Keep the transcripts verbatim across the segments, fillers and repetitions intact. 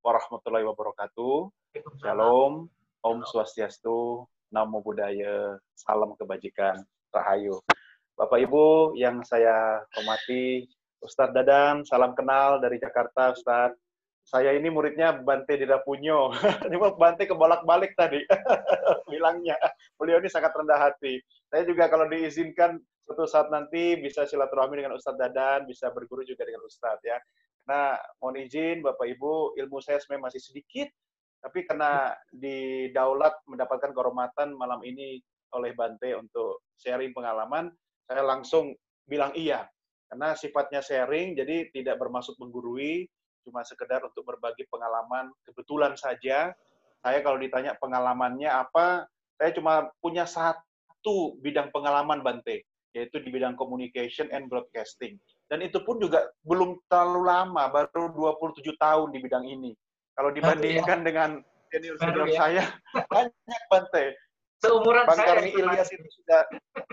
warahmatullahi wabarakatuh. Shalom, Om Swastiastu, Namo Buddhaya, salam kebajikan, Rahayu. Bapak Ibu yang saya hormati, Ustadz Dadan, salam kenal dari Jakarta, Ustadz. Saya ini muridnya Bante Dirapunyo. Ini Bante kebolak-balik tadi bilangnya. Beliau ini sangat rendah hati. Saya juga kalau diizinkan suatu saat nanti bisa silaturahmi dengan Ustadz Dadan, bisa berguru juga dengan Ustadz ya. Nah, mohon izin Bapak Ibu, ilmu saya sebenarnya masih sedikit, tapi karena didaulat mendapatkan kehormatan malam ini oleh Bante untuk sharing pengalaman, saya langsung bilang iya. Karena sifatnya sharing, jadi tidak bermaksud menggurui, cuma sekedar untuk berbagi pengalaman. Kebetulan saja, saya kalau ditanya pengalamannya apa, saya cuma punya satu bidang pengalaman, Bante, yaitu di bidang communication and broadcasting. Dan itu pun juga belum terlalu lama, baru dua puluh tujuh tahun di bidang ini. Kalau dibandingkan ya dengan senior-senior ya saya, banyak, Bante. Seumuran Bang saya. Karni Ilyas itu sudah...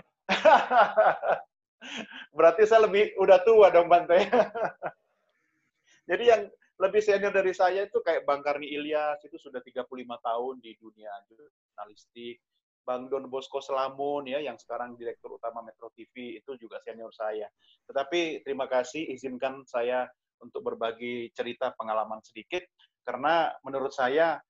Berarti saya lebih udah tua dong, Bante. Jadi yang lebih senior dari saya itu kayak Bang Karni Ilyas, itu sudah tiga puluh lima tahun di dunia jurnalistik. Bang Don Bosco Selamun, ya, yang sekarang Direktur Utama Metro T V, itu juga senior saya. Tetapi terima kasih, izinkan saya untuk berbagi cerita pengalaman sedikit, karena menurut saya,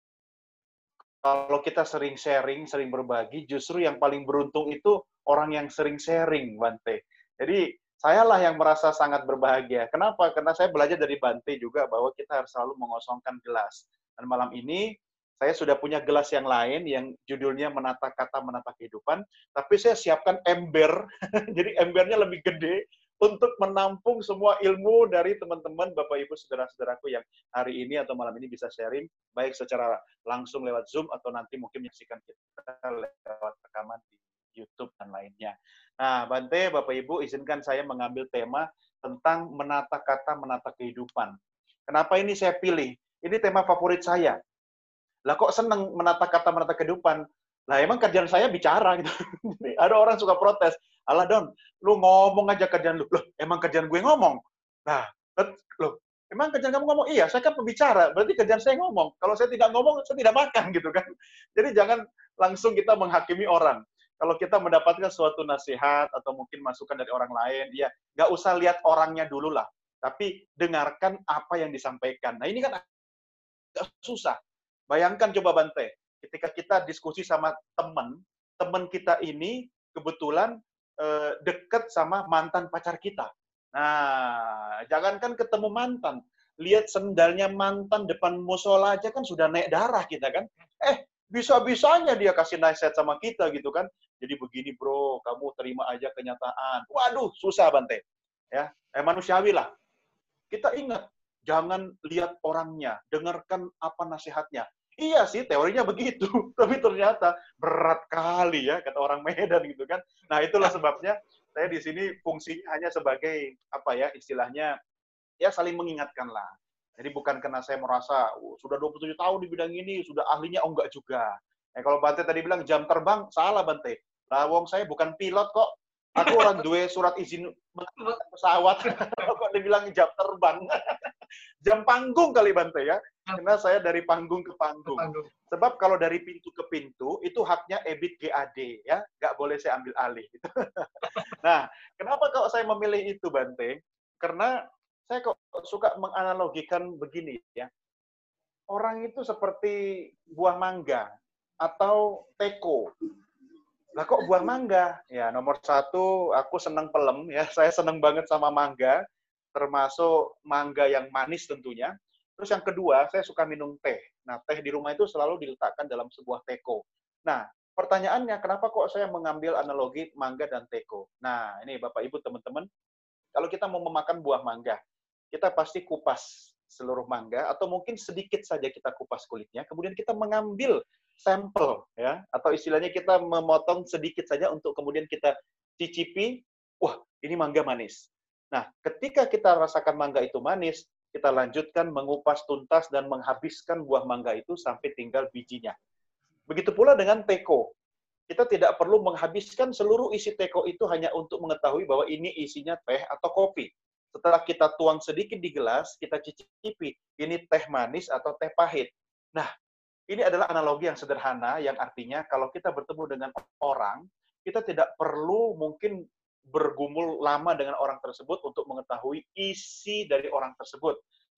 kalau kita sering sharing, sering berbagi, justru yang paling beruntung itu orang yang sering sharing, Bante. Jadi, sayalah yang merasa sangat berbahagia. Kenapa? Karena saya belajar dari Bante juga bahwa kita harus selalu mengosongkan gelas. Dan malam ini, saya sudah punya gelas yang lain yang judulnya Menata Kata, Menata Kehidupan. Tapi saya siapkan ember, jadi embernya lebih gede untuk menampung semua ilmu dari teman-teman, Bapak Ibu, saudara-saudaraku yang hari ini atau malam ini bisa sharing, baik secara langsung lewat Zoom atau nanti mungkin menyaksikan kita lewat rekaman di YouTube dan lainnya. Nah, Bante, Bapak Ibu, izinkan saya mengambil tema tentang menata kata, menata kehidupan. Kenapa ini saya pilih? Ini tema favorit saya. Lah kok seneng menata kata, menata kehidupan? Lah emang kerjaan saya bicara gitu. Ada orang suka protes. Alah Don, lu ngomong aja kerjaan lu. Loh, emang kerjaan gue ngomong? Nah, loh, emang kerjaan kamu ngomong? Iya, saya kan pembicara. Berarti kerjaan saya ngomong. Kalau saya tidak ngomong, saya tidak makan gitu kan. Jadi jangan langsung kita menghakimi orang. Kalau kita mendapatkan suatu nasihat atau mungkin masukan dari orang lain, ya nggak usah lihat orangnya dulu lah. Tapi dengarkan apa yang disampaikan. Nah ini kan agak susah. Bayangkan coba Bante, ketika kita diskusi sama teman, teman kita ini kebetulan eh, deket sama mantan pacar kita. Nah, jangankan ketemu mantan, lihat sendalnya mantan depan musola aja kan sudah naik darah kita kan. Eh, bisa-bisanya dia kasih nasihat sama kita gitu kan. Jadi begini bro, kamu terima aja kenyataan. Waduh, susah Bante. Ya, eh, manusiawi lah. Kita ingat, jangan lihat orangnya, dengarkan apa nasihatnya. Iya sih, teorinya begitu, tapi ternyata berat kali ya, kata orang Medan gitu kan. Nah, itulah sebabnya saya di sini fungsinya hanya sebagai, apa ya, istilahnya, ya saling mengingatkan lah. Jadi bukan karena saya merasa, oh, sudah dua puluh tujuh tahun di bidang ini, sudah ahlinya, oh enggak juga. Eh, kalau Bante tadi bilang jam terbang, salah Bante. Lah, wong saya bukan pilot kok. Aku orang dua surat izin menggunakan pesawat, kok dibilang jam terbang. Jam panggung kali Bante ya, karena saya dari panggung ke panggung. Sebab kalau dari pintu ke pintu, itu haknya E B I T G A D, ya, nggak boleh saya ambil alih. Nah, kenapa kalau saya memilih itu Bante? Karena saya kok suka menganalogikan begini ya, orang itu seperti buah mangga atau teko. Lah kok buah mangga? Ya nomor satu, aku senang pelem ya, saya senang banget sama mangga, termasuk mangga yang manis tentunya. Terus yang kedua, saya suka minum teh. Nah, teh di rumah itu selalu diletakkan dalam sebuah teko. Nah, pertanyaannya, kenapa kok saya mengambil analogi mangga dan teko? Nah, ini Bapak Ibu teman-teman, kalau kita mau memakan buah mangga, kita pasti kupas seluruh mangga, atau mungkin sedikit saja kita kupas kulitnya, kemudian kita mengambil sampel, ya, atau istilahnya kita memotong sedikit saja untuk kemudian kita cicipi, wah, ini mangga manis. Nah, ketika kita rasakan mangga itu manis, kita lanjutkan mengupas tuntas dan menghabiskan buah mangga itu sampai tinggal bijinya. Begitu pula dengan teko. Kita tidak perlu menghabiskan seluruh isi teko itu hanya untuk mengetahui bahwa ini isinya teh atau kopi. Setelah kita tuang sedikit di gelas, kita cicipi, ini teh manis atau teh pahit. Nah, ini adalah analogi yang sederhana, yang artinya kalau kita bertemu dengan orang, kita tidak perlu mungkin bergumul lama dengan orang tersebut untuk mengetahui isi dari orang tersebut.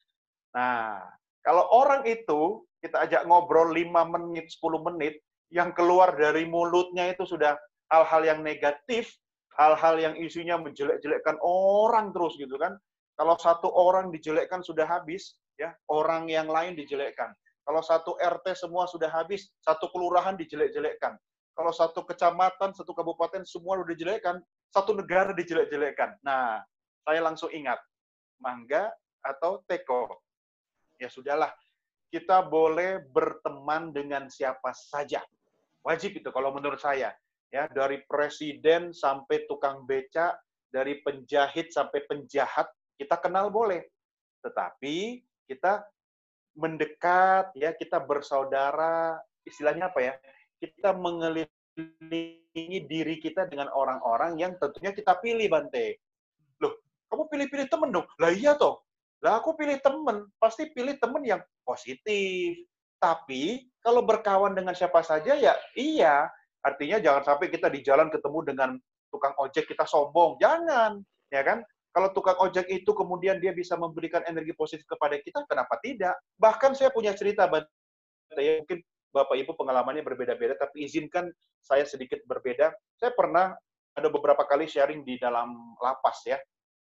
Nah, kalau orang itu kita ajak ngobrol lima menit, sepuluh menit, yang keluar dari mulutnya itu sudah hal-hal yang negatif, hal-hal yang isinya menjelek-jelekkan orang terus gitu kan. Kalau satu orang dijelekkan sudah habis, ya, orang yang lain dijelekkan. Kalau satu R T semua sudah habis, satu kelurahan dijelek-jelekkan. Kalau satu kecamatan, satu kabupaten semua sudah dijelekkan, satu negara dijelek-jelekkan. Nah, saya langsung ingat mangga atau teko. Ya sudahlah, kita boleh berteman dengan siapa saja. Wajib itu kalau menurut saya. Ya, dari presiden sampai tukang beca, dari penjahit sampai penjahat, kita kenal boleh. Tetapi kita mendekat, ya, kita bersaudara, istilahnya apa ya? Kita mengelilingi diri kita dengan orang-orang yang tentunya kita pilih, Bante. Loh, kamu pilih-pilih temen dong? Lah iya toh. Lah aku pilih temen, pasti pilih temen yang positif. Tapi kalau berkawan dengan siapa saja ya iya. Artinya jangan sampai kita di jalan ketemu dengan tukang ojek kita sombong. Jangan, ya kan? Kalau tukang ojek itu kemudian dia bisa memberikan energi positif kepada kita, kenapa tidak? Bahkan saya punya cerita, ya, mungkin Bapak Ibu pengalamannya berbeda-beda, tapi izinkan saya sedikit berbeda. Saya pernah ada beberapa kali sharing di dalam lapas ya,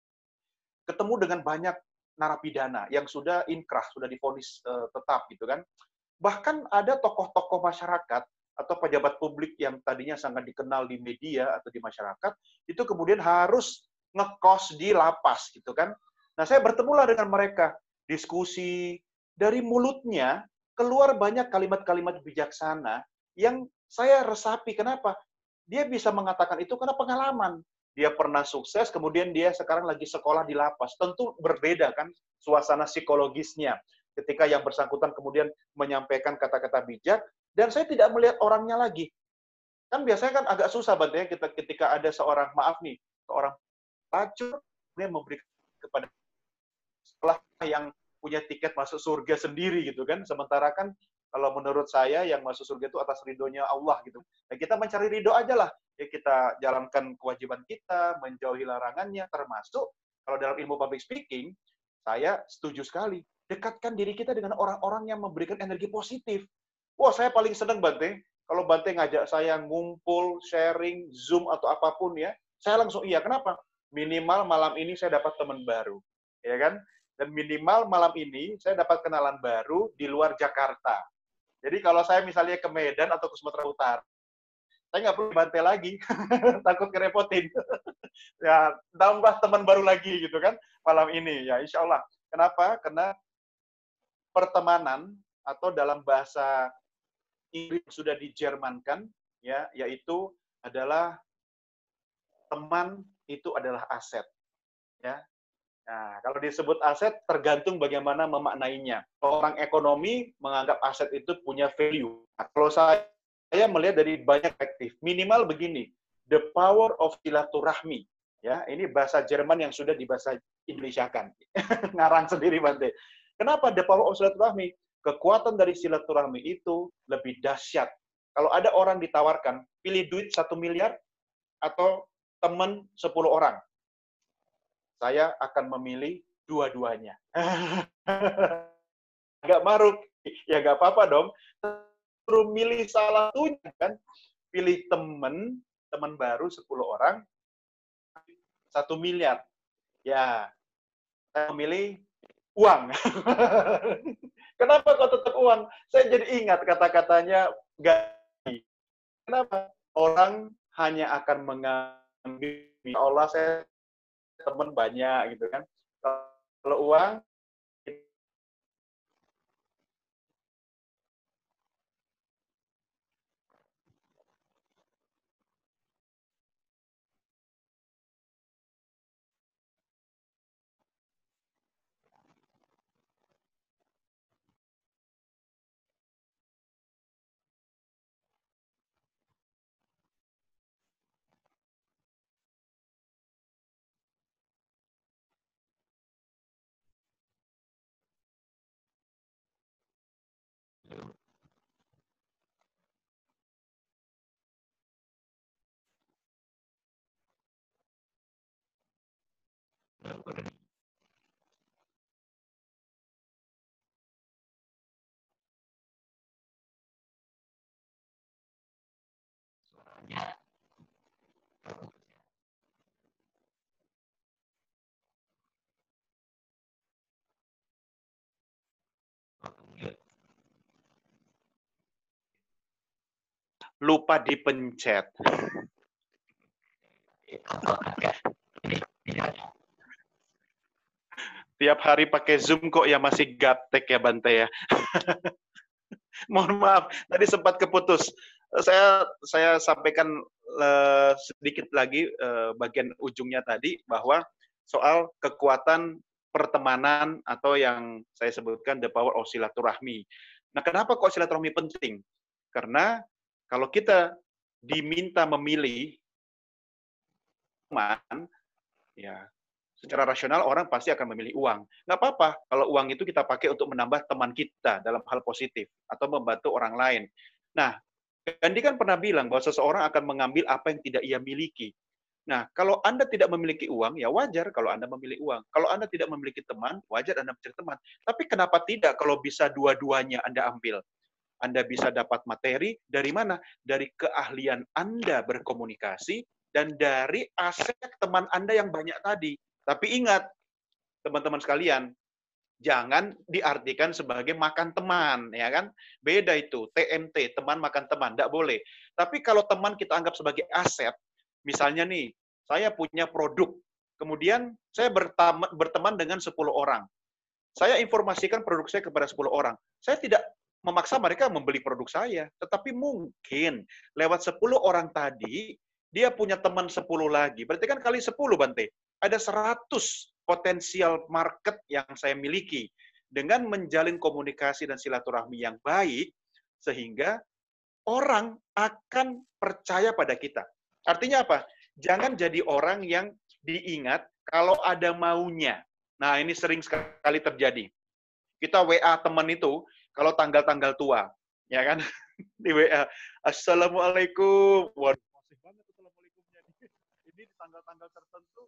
ketemu dengan banyak narapidana yang sudah inkrah, sudah divonis uh, tetap gitu kan. Bahkan ada tokoh-tokoh masyarakat atau pejabat publik yang tadinya sangat dikenal di media atau di masyarakat, itu kemudian harus ngekos di lapas gitu kan. Nah, saya bertemulah dengan mereka, diskusi, dari mulutnya keluar banyak kalimat-kalimat bijaksana yang saya resapi. Kenapa? Dia bisa mengatakan itu karena pengalaman. Dia pernah sukses, kemudian dia sekarang lagi sekolah di lapas. Tentu berbeda kan suasana psikologisnya ketika yang bersangkutan kemudian menyampaikan kata-kata bijak, dan saya tidak melihat orangnya lagi. Kan biasanya kan agak susah, Bante, ya, kita ketika ada seorang, maaf nih, seorang pelacur, dia memberikan kepada sekolah yang punya tiket masuk surga sendiri gitu kan. Sementara kan kalau menurut saya yang masuk surga itu atas ridhonya Allah gitu. Nah, kita mencari ridho aja lah. Ya, kita jalankan kewajiban kita, menjauhi larangannya, termasuk kalau dalam ilmu public speaking, saya setuju sekali. Dekatkan diri kita dengan orang-orang yang memberikan energi positif. Wah, saya paling senang, Bante. Kalau Bante ngajak saya ngumpul, sharing, Zoom, atau apapun ya, saya langsung iya. Kenapa? Minimal malam ini saya dapat teman baru. Ya kan? Dan minimal malam ini saya dapat kenalan baru di luar Jakarta. Jadi kalau saya misalnya ke Medan atau ke Sumatera Utara, saya nggak perlu Bante lagi, takut kerepotin. Ya, tambah teman baru lagi gitu kan malam ini. Ya, insya Allah. Kenapa? Karena pertemanan atau dalam bahasa Inggris sudah dijermankan, ya, yaitu adalah teman itu adalah aset. Ya, nah, kalau disebut aset, tergantung bagaimana memaknainya. Orang ekonomi menganggap aset itu punya value. Nah, kalau saya, saya melihat dari banyak perspektif, minimal begini, the power of silaturahmi. Ya, ini bahasa Jerman yang sudah dibahasa Indonesiakan. Ngarang sendiri, Bante. Kenapa the power of silaturahmi? Kekuatan dari silaturahmi itu lebih dahsyat. Kalau ada orang ditawarkan, pilih duit satu miliar atau teman sepuluh orang, saya akan memilih dua-duanya. Nggak maruk, ya nggak apa-apa dong. Suruh milih salah satunya kan. Pilih temen, teman baru sepuluh orang, satu miliar. Ya, saya memilih uang. Kenapa kok tetap uang? Saya jadi ingat kata-katanya gaji. Kenapa? Orang hanya akan mengambil, Allah saya teman banyak gitu kan. Kalau uang, Lupa dipencet. Tiap hari pakai Zoom kok ya masih gaptek ya Bante ya. Mohon maaf, tadi sempat keputus. Saya saya sampaikan uh, sedikit lagi uh, bagian ujungnya tadi bahwa soal kekuatan pertemanan atau yang saya sebutkan the power of silaturahmi. Nah, kenapa kok silaturahmi penting? Karena kalau kita diminta memilih teman, ya secara rasional orang pasti akan memilih uang. Nggak apa-apa kalau uang itu kita pakai untuk menambah teman kita dalam hal positif atau membantu orang lain. Nah, Gandhi kan pernah bilang bahwa seseorang akan mengambil apa yang tidak ia miliki. Nah, kalau Anda tidak memiliki uang, ya wajar kalau Anda memilih uang. Kalau Anda tidak memiliki teman, wajar Anda mencari teman. Tapi kenapa tidak kalau bisa dua-duanya Anda ambil? Anda bisa dapat materi dari mana? Dari keahlian Anda berkomunikasi dan dari aset teman Anda yang banyak tadi. Tapi ingat, teman-teman sekalian, jangan diartikan sebagai makan teman, ya kan? Beda itu, T M T, teman makan teman, tidak boleh. Tapi kalau teman kita anggap sebagai aset, misalnya nih, saya punya produk, kemudian saya berteman dengan sepuluh orang. Saya informasikan produk saya kepada sepuluh orang. Saya tidak memaksa mereka membeli produk saya, tetapi mungkin lewat sepuluh orang tadi, dia punya teman sepuluh lagi. Berarti kan kali sepuluh, Bante. Ada seratus potensial market yang saya miliki. Dengan menjalin komunikasi dan silaturahmi yang baik, sehingga orang akan percaya pada kita. Artinya apa? Jangan jadi orang yang diingat kalau ada maunya. Nah, ini sering sekali terjadi. Kita W A teman itu kalau tanggal-tanggal tua, ya kan? Di W A, Assalamualaikum. Waduh, masih banget Assalamualaikumnya. Ini di tanggal-tanggal tertentu.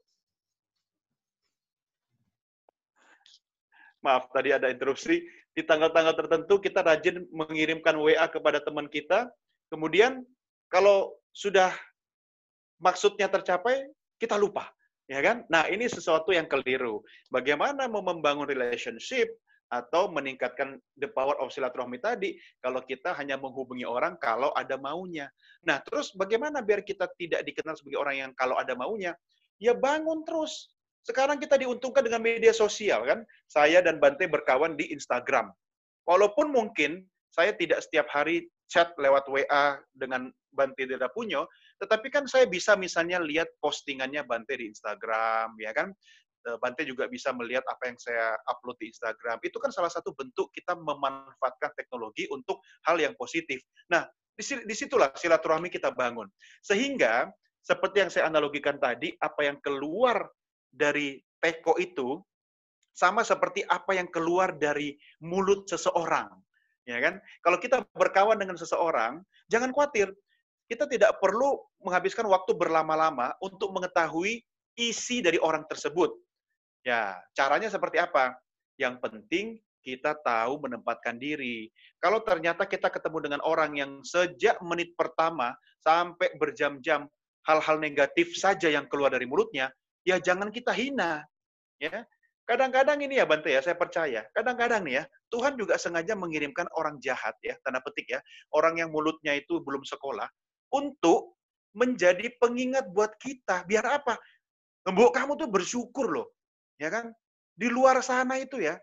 Maaf, tadi ada interupsi. Di tanggal-tanggal tertentu kita rajin mengirimkan W A kepada teman kita. Kemudian kalau sudah maksudnya tercapai, kita lupa. Ya kan? Nah, ini sesuatu yang keliru. Bagaimana mau membangun relationship atau meningkatkan the power of silaturahmi tadi kalau kita hanya menghubungi orang kalau ada maunya. Nah, terus bagaimana biar kita tidak dikenal sebagai orang yang kalau ada maunya? Ya bangun terus. Sekarang kita diuntungkan dengan media sosial kan. Saya dan Bante berkawan di Instagram. Walaupun mungkin saya tidak setiap hari chat lewat W A dengan Bante Dirapunyo, tetapi kan saya bisa misalnya lihat postingannya Bante di Instagram, ya kan? Bante juga bisa melihat apa yang saya upload di Instagram. Itu kan salah satu bentuk kita memanfaatkan teknologi untuk hal yang positif. Nah, disitulah silaturahmi kita bangun. Sehingga, seperti yang saya analogikan tadi, apa yang keluar dari teko itu, sama seperti apa yang keluar dari mulut seseorang. Ya kan? Kalau kita berkawan dengan seseorang, jangan khawatir. Kita tidak perlu menghabiskan waktu berlama-lama untuk mengetahui isi dari orang tersebut. Ya, caranya seperti apa? Yang penting kita tahu menempatkan diri. Kalau ternyata kita ketemu dengan orang yang sejak menit pertama sampai berjam-jam hal-hal negatif saja yang keluar dari mulutnya, ya jangan kita hina. Ya, kadang-kadang ini ya Bante ya, saya percaya. Kadang-kadang nih ya, Tuhan juga sengaja mengirimkan orang jahat ya, tanda petik ya, orang yang mulutnya itu belum sekolah, untuk menjadi pengingat buat kita. Biar apa? Mbok kamu tuh bersyukur loh. Ya kan? Di luar sana itu ya,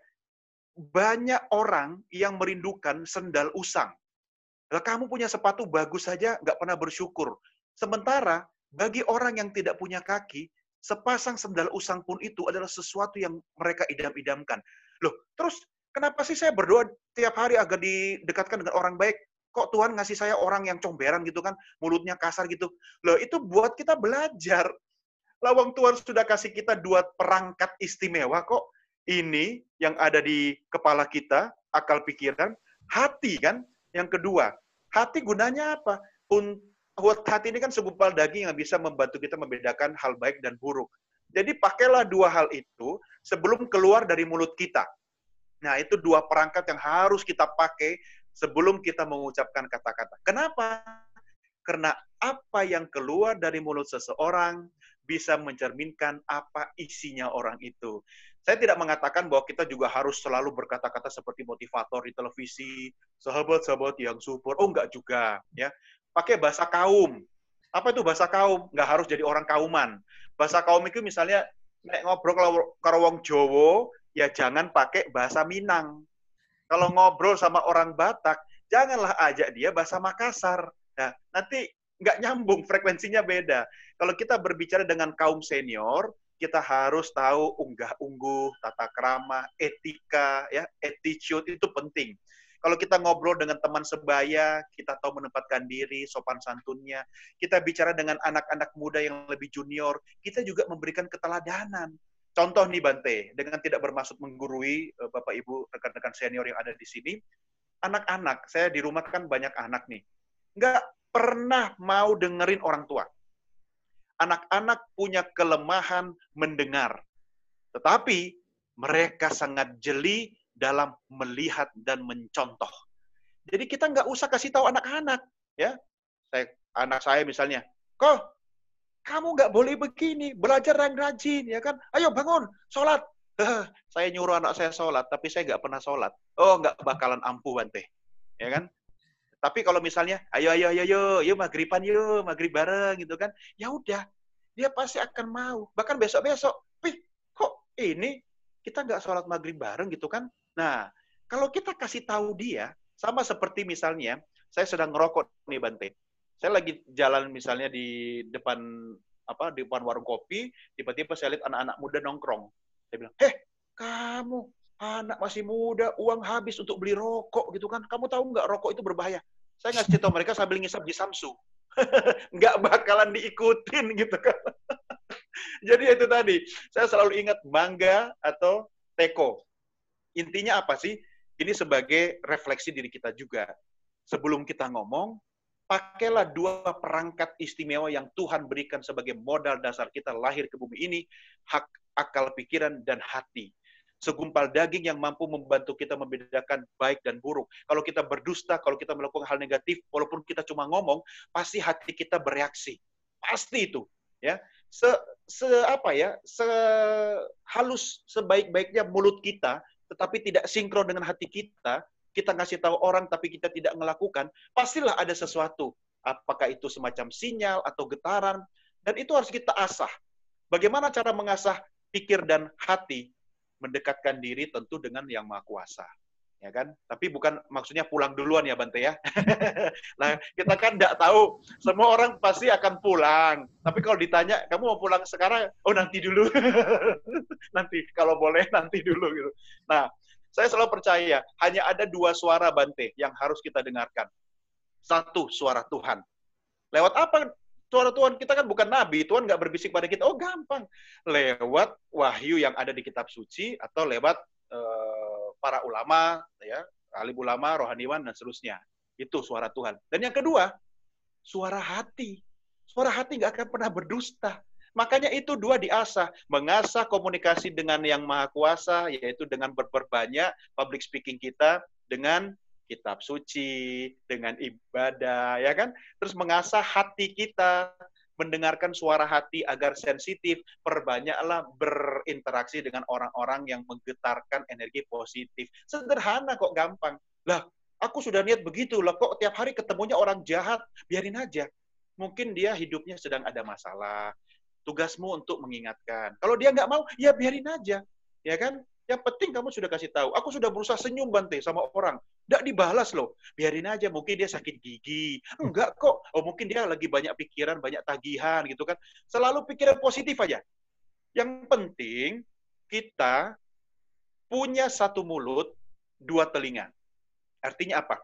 banyak orang yang merindukan sendal usang. Lah kamu punya sepatu bagus saja nggak pernah bersyukur. Sementara bagi orang yang tidak punya kaki, sepasang sendal usang pun itu adalah sesuatu yang mereka idam-idamkan. Loh, terus kenapa sih saya berdoa tiap hari agar didekatkan dengan orang baik? Kok Tuhan ngasih saya orang yang comberan gitu kan, mulutnya kasar gitu. Loh, itu buat kita belajar. Lawang Tuhan sudah kasih kita dua perangkat istimewa kok. Ini yang ada di kepala kita, akal pikiran, hati kan. Yang kedua, hati gunanya apa? Hati ini kan segumpal daging yang bisa membantu kita membedakan hal baik dan buruk. Jadi pakailah dua hal itu sebelum keluar dari mulut kita. Nah, itu dua perangkat yang harus kita pakai sebelum kita mengucapkan kata-kata. Kenapa? Karena apa yang keluar dari mulut seseorang bisa mencerminkan apa isinya orang itu. Saya tidak mengatakan bahwa kita juga harus selalu berkata-kata seperti motivator di televisi, sahabat-sahabat yang support. Oh, enggak juga, ya. Pakai bahasa kaum. Apa itu bahasa kaum? Enggak harus jadi orang kauman. Bahasa kaum itu misalnya nek ngobrol kalau karo wong Jawa, ya jangan pakai bahasa Minang. Kalau ngobrol sama orang Batak, janganlah ajak dia bahasa Makassar. Nah, nanti nggak nyambung, frekuensinya beda. Kalau kita berbicara dengan kaum senior, kita harus tahu unggah-ungguh, tata krama, etika, ya, attitude itu penting. Kalau kita ngobrol dengan teman sebaya, kita tahu menempatkan diri, sopan santunnya. Kita bicara dengan anak-anak muda yang lebih junior, kita juga memberikan keteladanan. Contoh nih Bante, dengan tidak bermaksud menggurui Bapak Ibu, rekan-rekan senior yang ada di sini, anak-anak, saya di rumah kan banyak anak nih, nggak pernah mau dengerin orang tua. Anak-anak punya kelemahan mendengar, tetapi mereka sangat jeli dalam melihat dan mencontoh. Jadi kita nggak usah kasih tahu anak-anak, ya. Saya, anak saya misalnya, kok kamu nggak boleh begini, belajar yang rajin, ya kan? Ayo bangun, sholat. Saya nyuruh anak saya sholat, tapi saya nggak pernah sholat. Oh, nggak bakalan ampuh, Bante. Ya kan? Tapi kalau misalnya, ayo, ayo, ayo, ayo, yuk maghriban, yuk, maghrib bareng, gitu kan. Ya udah, dia pasti akan mau. Bahkan besok-besok, wih, kok ini kita nggak sholat maghrib bareng, gitu kan. Nah, kalau kita kasih tahu dia, sama seperti misalnya, saya sedang ngerokok nih, Bante. Saya lagi jalan misalnya di depan apa di depan warung kopi, tiba-tiba saya lihat anak-anak muda nongkrong. Saya bilang, "Heh, kamu anak masih muda, uang habis untuk beli rokok gitu kan. Kamu tahu nggak rokok itu berbahaya?" Saya ngasih tahu mereka sambil ngisap di Samsu. Nggak bakalan diikutin gitu kan. Jadi itu tadi, saya selalu ingat mangga atau teko. Intinya apa sih? Ini sebagai refleksi diri kita juga. Sebelum kita ngomong, pakailah dua perangkat istimewa yang Tuhan berikan sebagai modal dasar kita lahir ke bumi ini, hak, akal, pikiran, dan hati. Segumpal daging yang mampu membantu kita membedakan baik dan buruk. Kalau kita berdusta, kalau kita melakukan hal negatif, walaupun kita cuma ngomong, pasti hati kita bereaksi. Pasti itu, ya. Se, se apa ya? Sehalus sebaik-baiknya mulut kita, tetapi tidak sinkron dengan hati kita, kita ngasih tahu orang tapi kita tidak melakukan, pastilah ada sesuatu. Apakah itu semacam sinyal atau getaran, dan itu harus kita asah. Bagaimana cara mengasah pikir dan hati? Mendekatkan diri tentu dengan Yang Maha Kuasa. Ya kan? Tapi bukan maksudnya pulang duluan ya Bante ya. Nah, kita kan tidak tahu, semua orang pasti akan pulang. Tapi kalau ditanya, kamu mau pulang sekarang? Oh, nanti dulu. Nanti, kalau boleh nanti dulu gitu. Nah, saya selalu percaya, hanya ada dua suara Bante yang harus kita dengarkan. Satu, suara Tuhan. Lewat apa suara Tuhan? Kita kan bukan nabi, Tuhan nggak berbisik pada kita. Oh, gampang. Lewat wahyu yang ada di kitab suci, atau lewat uh, para ulama, ya, alim ulama, rohaniwan, dan seterusnya. Itu suara Tuhan. Dan yang kedua, suara hati. Suara hati nggak akan pernah berdusta. Makanya itu dua diasah, mengasah komunikasi dengan Yang Maha Kuasa, yaitu dengan berbanyak public speaking kita, dengan kitab suci, dengan ibadah, ya kan? Terus mengasah hati kita, mendengarkan suara hati agar sensitif, perbanyaklah berinteraksi dengan orang-orang yang menggetarkan energi positif. Sederhana kok, gampang. Lah, aku sudah niat begitu, lah kok tiap hari ketemunya orang jahat, biarin aja. Mungkin dia hidupnya sedang ada masalah. Tugasmu untuk mengingatkan. Kalau dia nggak mau, ya biarin aja. Ya kan? Yang penting kamu sudah kasih tahu. Aku sudah berusaha senyum Bante sama orang. Nggak dibalas loh. Biarin aja. Mungkin dia sakit gigi. Enggak kok. Oh, mungkin dia lagi banyak pikiran, banyak tagihan gitu kan. Selalu pikiran positif aja. Yang penting kita punya satu mulut, dua telinga. Artinya apa?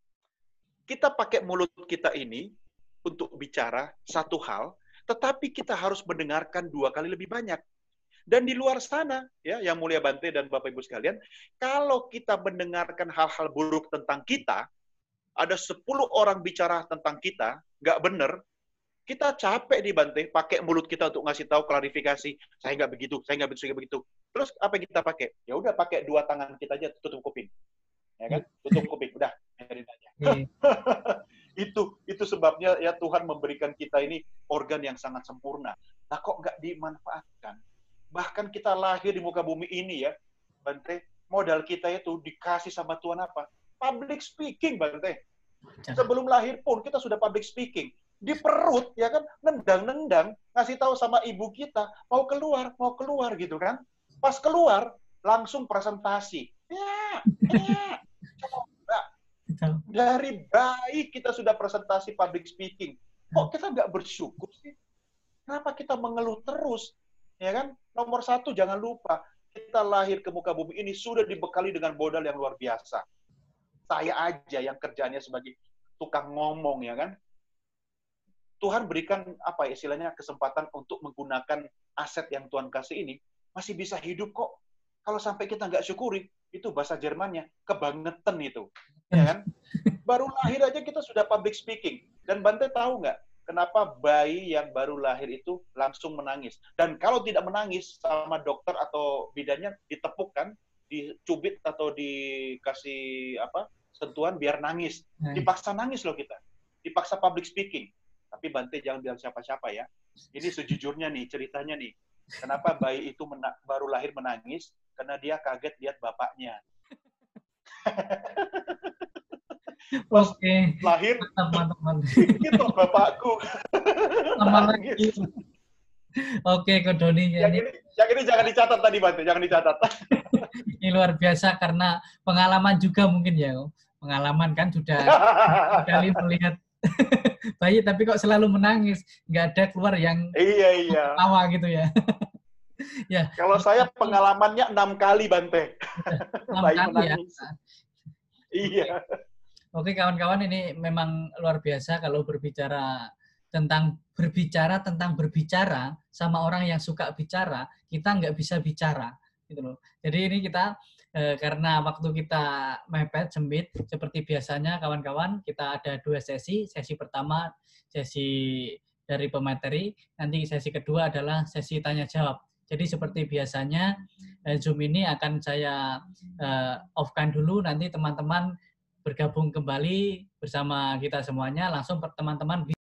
Kita pakai mulut kita ini untuk bicara satu hal, tetapi kita harus mendengarkan dua kali lebih banyak. Dan di luar sana, ya, Yang Mulia Bante dan Bapak Ibu sekalian, kalau kita mendengarkan hal-hal buruk tentang kita, ada sepuluh orang bicara tentang kita, nggak benar, kita capek di Bante, pakai mulut kita untuk ngasih tahu klarifikasi, saya nggak begitu, saya nggak begitu, saya nggak begitu. Terus apa yang kita pakai? Ya udah pakai dua tangan kita aja tutup kuping, ya kan? Tutup kuping, udah, biarin aja. Itu itu sebabnya ya Tuhan memberikan kita ini organ yang sangat sempurna. Nah kok nggak dimanfaatkan? Bahkan kita lahir di muka bumi ini ya, Bante, modal kita itu dikasih sama Tuhan apa? Public speaking, Bante. Sebelum lahir pun kita sudah public speaking. Di perut, ya kan, nendang-nendang, ngasih tahu sama ibu kita, mau keluar, mau keluar gitu kan. Pas keluar, langsung presentasi. Ya, ya. Dari bayi kita sudah presentasi public speaking. Kok kita nggak bersyukur sih? Kenapa kita mengeluh terus? Ya kan? Nomor satu, jangan lupa, kita lahir ke muka bumi ini sudah dibekali dengan modal yang luar biasa. Saya aja yang kerjanya sebagai tukang ngomong, ya kan? Tuhan berikan apa ya, istilahnya kesempatan untuk menggunakan aset yang Tuhan kasih ini, masih bisa hidup kok. Kalau sampai kita nggak syukuri, itu bahasa Jermannya, kebangetan itu. Ya kan? Baru lahir aja kita sudah public speaking. Dan Bante tahu nggak, kenapa bayi yang baru lahir itu langsung menangis? Dan kalau tidak menangis, sama dokter atau bidannya ditepuk kan, dicubit atau dikasih apa sentuhan biar nangis. Dipaksa nangis loh kita. Dipaksa public speaking. Tapi Bante jangan bilang siapa-siapa ya. Ini sejujurnya nih, ceritanya nih. Kenapa bayi itu baru lahir menangis? Karena dia kaget lihat bapaknya. Pas Oke. lahir, teman-teman. itu bapakku. Nangis. Oke, Ko Doni. Yang ini, yang ini jangan dicatat tadi, Bante. Jangan dicatat. Ini luar biasa karena pengalaman juga mungkin ya. Pengalaman kan sudah kali melihat bayi tapi kok selalu menangis, nggak ada keluar yang iya iya tawa gitu ya. Ya. Kalau saya pengalamannya enam kali, Bante. Bayi menangis. Ya. Iya. Oke kawan-kawan, ini memang luar biasa kalau berbicara tentang berbicara tentang berbicara sama orang yang suka bicara, kita nggak bisa bicara gitu loh. Jadi ini kita eh, karena waktu kita mepet sempit, seperti biasanya kawan-kawan kita ada dua sesi. Sesi pertama sesi dari pemateri, nanti sesi kedua adalah sesi tanya jawab. Jadi seperti biasanya eh, Zoom ini akan saya eh, off-kan dulu, nanti teman-teman bergabung kembali bersama kita semuanya, langsung teman-teman